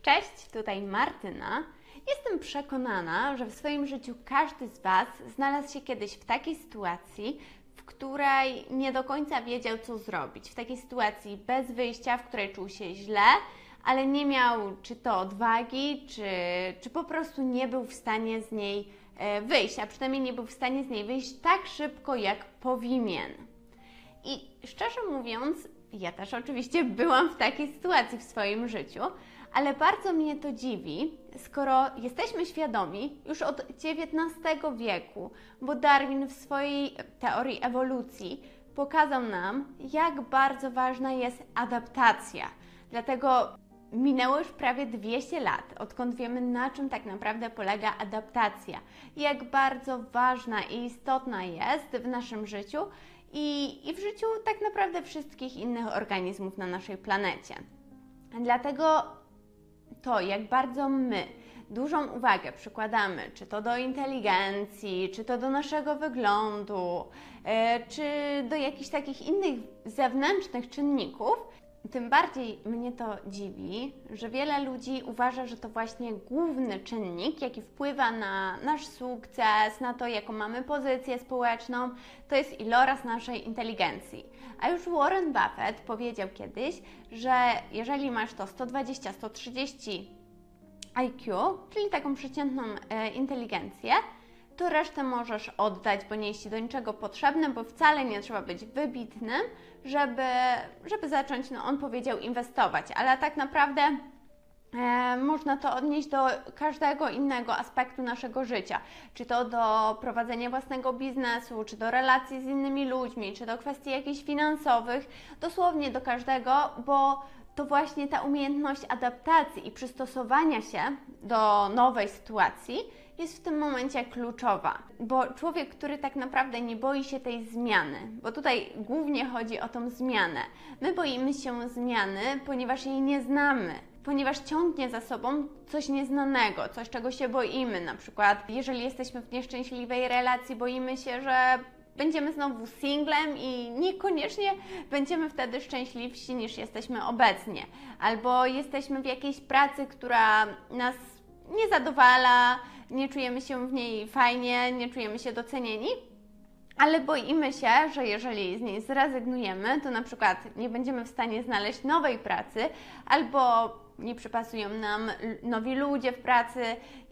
Cześć, tutaj Martyna. Jestem przekonana, że w swoim życiu każdy z Was znalazł się kiedyś w takiej sytuacji, w której nie do końca wiedział, co zrobić. W takiej sytuacji bez wyjścia, w której czuł się źle, ale nie miał czy to odwagi, czy po prostu nie był w stanie z niej wyjść, a przynajmniej nie był w stanie z niej wyjść tak szybko, jak powinien. I szczerze mówiąc, ja też oczywiście byłam w takiej sytuacji w swoim życiu, ale bardzo mnie to dziwi, skoro jesteśmy świadomi już od XIX wieku, bo Darwin w swojej teorii ewolucji pokazał nam, jak bardzo ważna jest adaptacja. Dlatego minęło już prawie 200 lat, odkąd wiemy, na czym tak naprawdę polega adaptacja, jak bardzo ważna i istotna jest w naszym życiu i w życiu tak naprawdę wszystkich innych organizmów na naszej planecie. Dlatego to, jak bardzo my dużą uwagę przykładamy, czy to do inteligencji, czy to do naszego wyglądu, czy do jakichś takich innych zewnętrznych czynników, tym bardziej mnie to dziwi, że wiele ludzi uważa, że to właśnie główny czynnik, jaki wpływa na nasz sukces, na to, jaką mamy pozycję społeczną, to jest iloraz naszej inteligencji. A już Warren Buffett powiedział kiedyś, że jeżeli masz to 120-130 IQ, czyli taką przeciętną inteligencję, to resztę możesz oddać, bo nie jest Ci do niczego potrzebne, bo wcale nie trzeba być wybitnym, żeby zacząć, on powiedział, inwestować, ale tak naprawdę można to odnieść do każdego innego aspektu naszego życia, czy to do prowadzenia własnego biznesu, czy do relacji z innymi ludźmi, czy do kwestii jakichś finansowych, dosłownie do każdego, bo to właśnie ta umiejętność adaptacji i przystosowania się do nowej sytuacji jest w tym momencie kluczowa, bo człowiek, który tak naprawdę nie boi się tej zmiany, bo tutaj głównie chodzi o tą zmianę. My boimy się zmiany, ponieważ jej nie znamy, ponieważ ciągnie za sobą coś nieznanego, coś, czego się boimy. Na przykład, jeżeli jesteśmy w nieszczęśliwej relacji, boimy się, że będziemy znowu singlem i niekoniecznie będziemy wtedy szczęśliwsi niż jesteśmy obecnie. Albo jesteśmy w jakiejś pracy, która nas nie zadowala, nie czujemy się w niej fajnie, nie czujemy się docenieni, ale boimy się, że jeżeli z niej zrezygnujemy, to na przykład nie będziemy w stanie znaleźć nowej pracy, albo nie przypasują nam nowi ludzie w pracy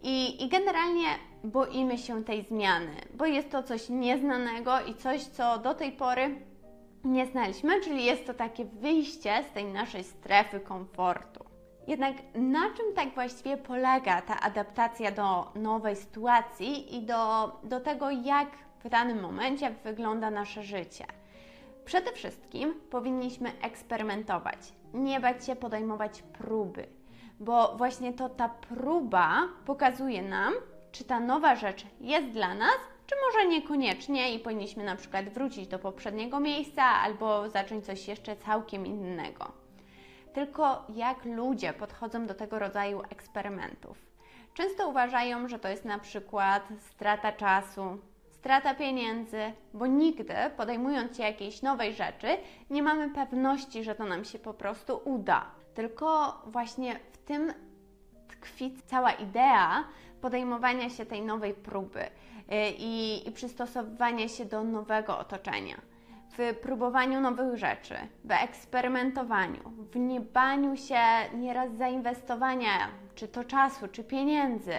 i generalnie boimy się tej zmiany, bo jest to coś nieznanego i coś, co do tej pory nie znaliśmy, czyli jest to takie wyjście z tej naszej strefy komfortu. Jednak na czym tak właściwie polega ta adaptacja do nowej sytuacji i do tego, jak w danym momencie wygląda nasze życie? Przede wszystkim powinniśmy eksperymentować, nie bać się podejmować próby, bo właśnie to ta próba pokazuje nam, czy ta nowa rzecz jest dla nas, czy może niekoniecznie i powinniśmy na przykład wrócić do poprzedniego miejsca albo zacząć coś jeszcze całkiem innego. Tylko jak ludzie podchodzą do tego rodzaju eksperymentów. Często uważają, że to jest na przykład strata czasu, strata pieniędzy, bo nigdy podejmując się jakiejś nowej rzeczy, nie mamy pewności, że to nam się po prostu uda. Tylko właśnie w tym tkwi cała idea podejmowania się tej nowej próby i przystosowywania się do nowego otoczenia. W próbowaniu nowych rzeczy, w eksperymentowaniu, w nie baniu się nieraz zainwestowania, czy to czasu, czy pieniędzy,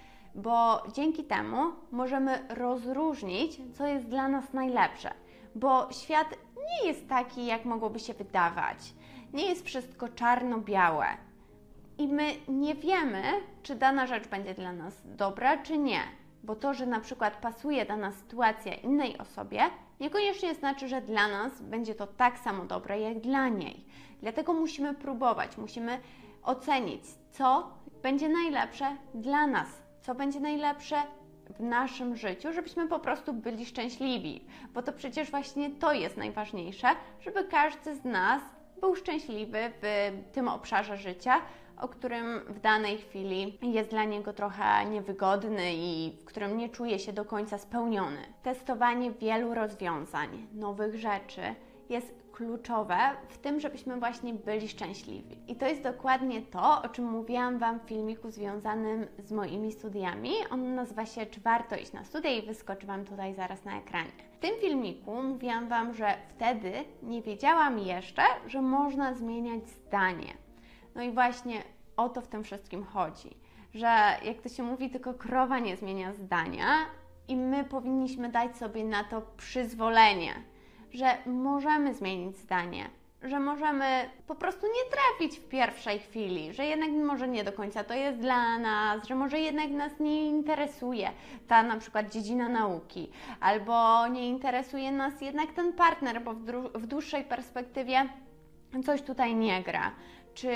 bo dzięki temu możemy rozróżnić, co jest dla nas najlepsze, bo świat nie jest taki, jak mogłoby się wydawać. Nie jest wszystko czarno-białe i my nie wiemy, czy dana rzecz będzie dla nas dobra, czy nie, bo to, że na przykład pasuje dana sytuacja innej osobie, niekoniecznie znaczy, że dla nas będzie to tak samo dobre, jak dla niej. Dlatego musimy próbować, musimy ocenić, co będzie najlepsze dla nas, co będzie najlepsze w naszym życiu, żebyśmy po prostu byli szczęśliwi, bo to przecież właśnie to jest najważniejsze, żeby każdy z nas był szczęśliwy w tym obszarze życia, o którym w danej chwili jest dla niego trochę niewygodny i w którym nie czuje się do końca spełniony. Testowanie wielu rozwiązań, nowych rzeczy jest kluczowe w tym, żebyśmy właśnie byli szczęśliwi. I to jest dokładnie to, o czym mówiłam Wam w filmiku związanym z moimi studiami. On nazywa się Czy warto iść na studia i wyskoczy Wam tutaj zaraz na ekranie. W tym filmiku mówiłam Wam, że wtedy nie wiedziałam jeszcze, że można zmieniać zdanie. No i właśnie o to w tym wszystkim chodzi, że jak to się mówi, tylko krowa nie zmienia zdania i my powinniśmy dać sobie na to przyzwolenie, że możemy zmienić zdanie, że możemy po prostu nie trafić w pierwszej chwili, że jednak może nie do końca to jest dla nas, że może jednak nas nie interesuje ta na przykład dziedzina nauki, albo nie interesuje nas jednak ten partner, bo w dłuższej perspektywie coś tutaj nie gra. Czy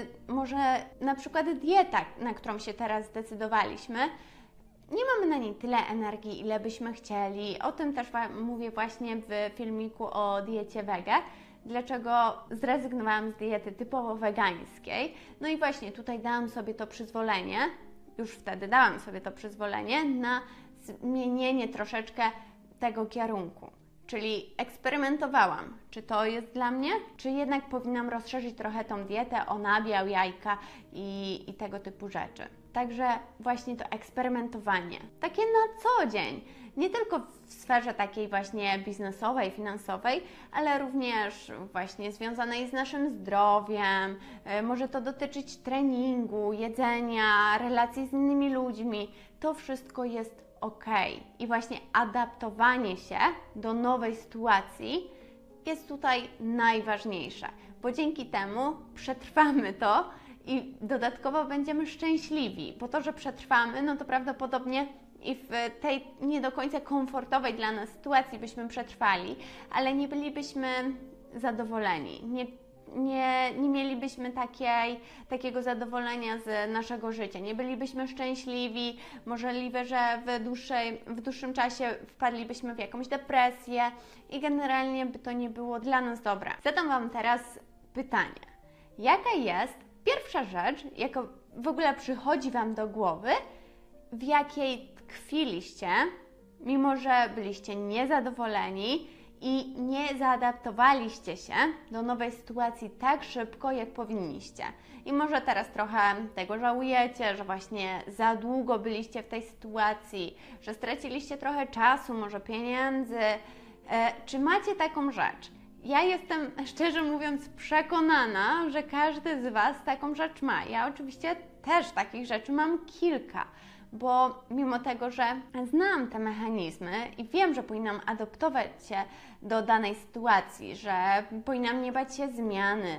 może na przykład dieta, na którą się teraz zdecydowaliśmy, nie mamy na niej tyle energii, ile byśmy chcieli. O tym też mówię właśnie w filmiku o diecie wege. Dlaczego zrezygnowałam z diety typowo wegańskiej. No i właśnie tutaj dałam sobie to przyzwolenie, już wtedy dałam sobie to przyzwolenie na zmienienie troszeczkę tego kierunku. Czyli eksperymentowałam, czy to jest dla mnie, czy jednak powinnam rozszerzyć trochę tą dietę o nabiał, jajka i tego typu rzeczy. Także właśnie to eksperymentowanie, takie na co dzień, nie tylko w sferze takiej właśnie biznesowej, finansowej, ale również właśnie związanej z naszym zdrowiem, może to dotyczyć treningu, jedzenia, relacji z innymi ludźmi, to wszystko jest ok. I właśnie adaptowanie się do nowej sytuacji jest tutaj najważniejsze, bo dzięki temu przetrwamy to i dodatkowo będziemy szczęśliwi. Po to, że przetrwamy, no to prawdopodobnie i w tej nie do końca komfortowej dla nas sytuacji byśmy przetrwali, ale nie bylibyśmy zadowoleni, nie mielibyśmy takiego zadowolenia z naszego życia, nie bylibyśmy szczęśliwi, możliwe, że w dłuższym czasie wpadlibyśmy w jakąś depresję i generalnie by to nie było dla nas dobre. Zadam Wam teraz pytanie. Jaka jest pierwsza rzecz, jaka w ogóle przychodzi Wam do głowy, w jakiej tkwiliście, mimo że byliście niezadowoleni i nie zaadaptowaliście się do nowej sytuacji tak szybko, jak powinniście. I może teraz trochę tego żałujecie, że właśnie za długo byliście w tej sytuacji, że straciliście trochę czasu, może pieniędzy. Czy macie taką rzecz? Ja jestem, szczerze mówiąc, przekonana, że każdy z Was taką rzecz ma. Ja oczywiście też takich rzeczy mam kilka, bo mimo tego, że znam te mechanizmy i wiem, że powinnam adaptować się do danej sytuacji, że powinnam nie bać się zmiany,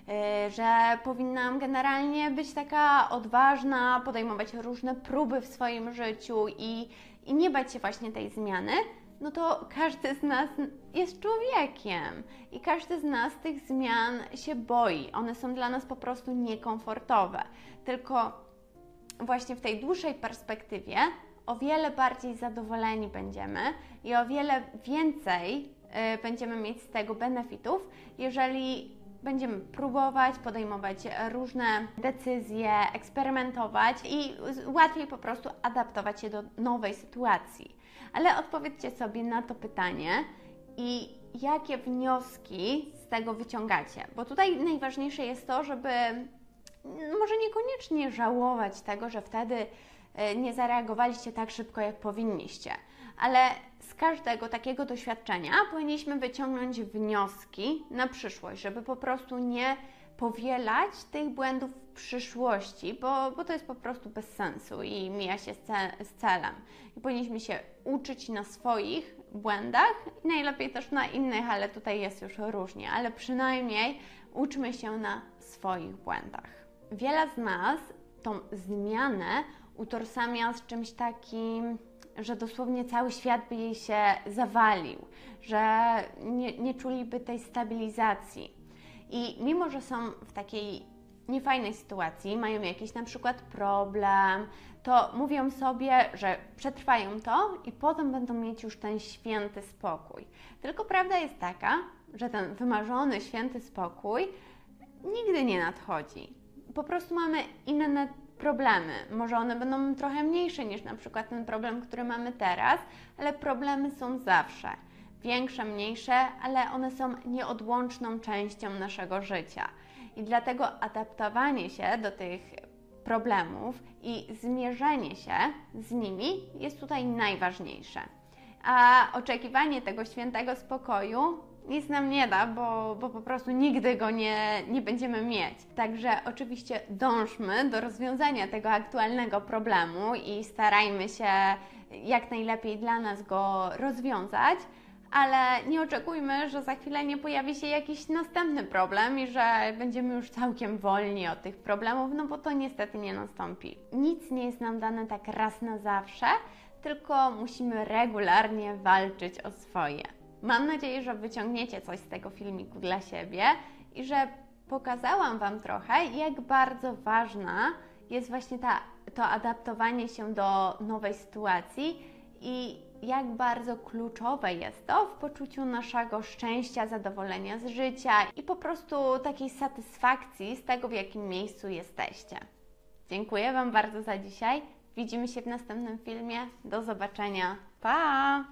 że powinnam generalnie być taka odważna, podejmować różne próby w swoim życiu i nie bać się właśnie tej zmiany, no to każdy z nas jest człowiekiem i każdy z nas tych zmian się boi. One są dla nas po prostu niekomfortowe. Tylko właśnie w tej dłuższej perspektywie o wiele bardziej zadowoleni będziemy i o wiele więcej będziemy mieć z tego benefitów, jeżeli będziemy próbować, podejmować różne decyzje, eksperymentować i łatwiej po prostu adaptować się do nowej sytuacji. Ale odpowiedzcie sobie na to pytanie i jakie wnioski z tego wyciągacie, bo tutaj najważniejsze jest to, żeby może niekoniecznie żałować tego, że wtedy nie zareagowaliście tak szybko, jak powinniście, ale z każdego takiego doświadczenia powinniśmy wyciągnąć wnioski na przyszłość, żeby po prostu nie powielać tych błędów w przyszłości, bo to jest po prostu bez sensu i mija się z celem. I powinniśmy się uczyć na swoich błędach i najlepiej też na innych, ale tutaj jest już różnie, ale przynajmniej uczmy się na swoich błędach. Wiele z nas tą zmianę utożsamia z czymś takim, że dosłownie cały świat by jej się zawalił, że nie czuliby tej stabilizacji. I mimo, że są w takiej niefajnej sytuacji, mają jakiś na przykład problem, to mówią sobie, że przetrwają to i potem będą mieć już ten święty spokój. Tylko prawda jest taka, że ten wymarzony święty spokój nigdy nie nadchodzi. Po prostu mamy inne problemy. Może one będą trochę mniejsze niż na przykład ten problem, który mamy teraz, ale problemy są zawsze. większe, mniejsze, ale one są nieodłączną częścią naszego życia. I dlatego adaptowanie się do tych problemów i zmierzenie się z nimi jest tutaj najważniejsze. A oczekiwanie tego świętego spokoju nic nam nie da, bo po prostu nigdy go nie będziemy mieć. Także oczywiście dążmy do rozwiązania tego aktualnego problemu i starajmy się jak najlepiej dla nas go rozwiązać, ale nie oczekujmy, że za chwilę nie pojawi się jakiś następny problem i że będziemy już całkiem wolni od tych problemów, no bo to niestety nie nastąpi. Nic nie jest nam dane tak raz na zawsze, tylko musimy regularnie walczyć o swoje. Mam nadzieję, że wyciągniecie coś z tego filmiku dla siebie i że pokazałam Wam trochę, jak bardzo ważna jest właśnie to adaptowanie się do nowej sytuacji i jak bardzo kluczowe jest to w poczuciu naszego szczęścia, zadowolenia z życia i po prostu takiej satysfakcji z tego, w jakim miejscu jesteście. Dziękuję Wam bardzo za dzisiaj. Widzimy się w następnym filmie. Do zobaczenia. Pa!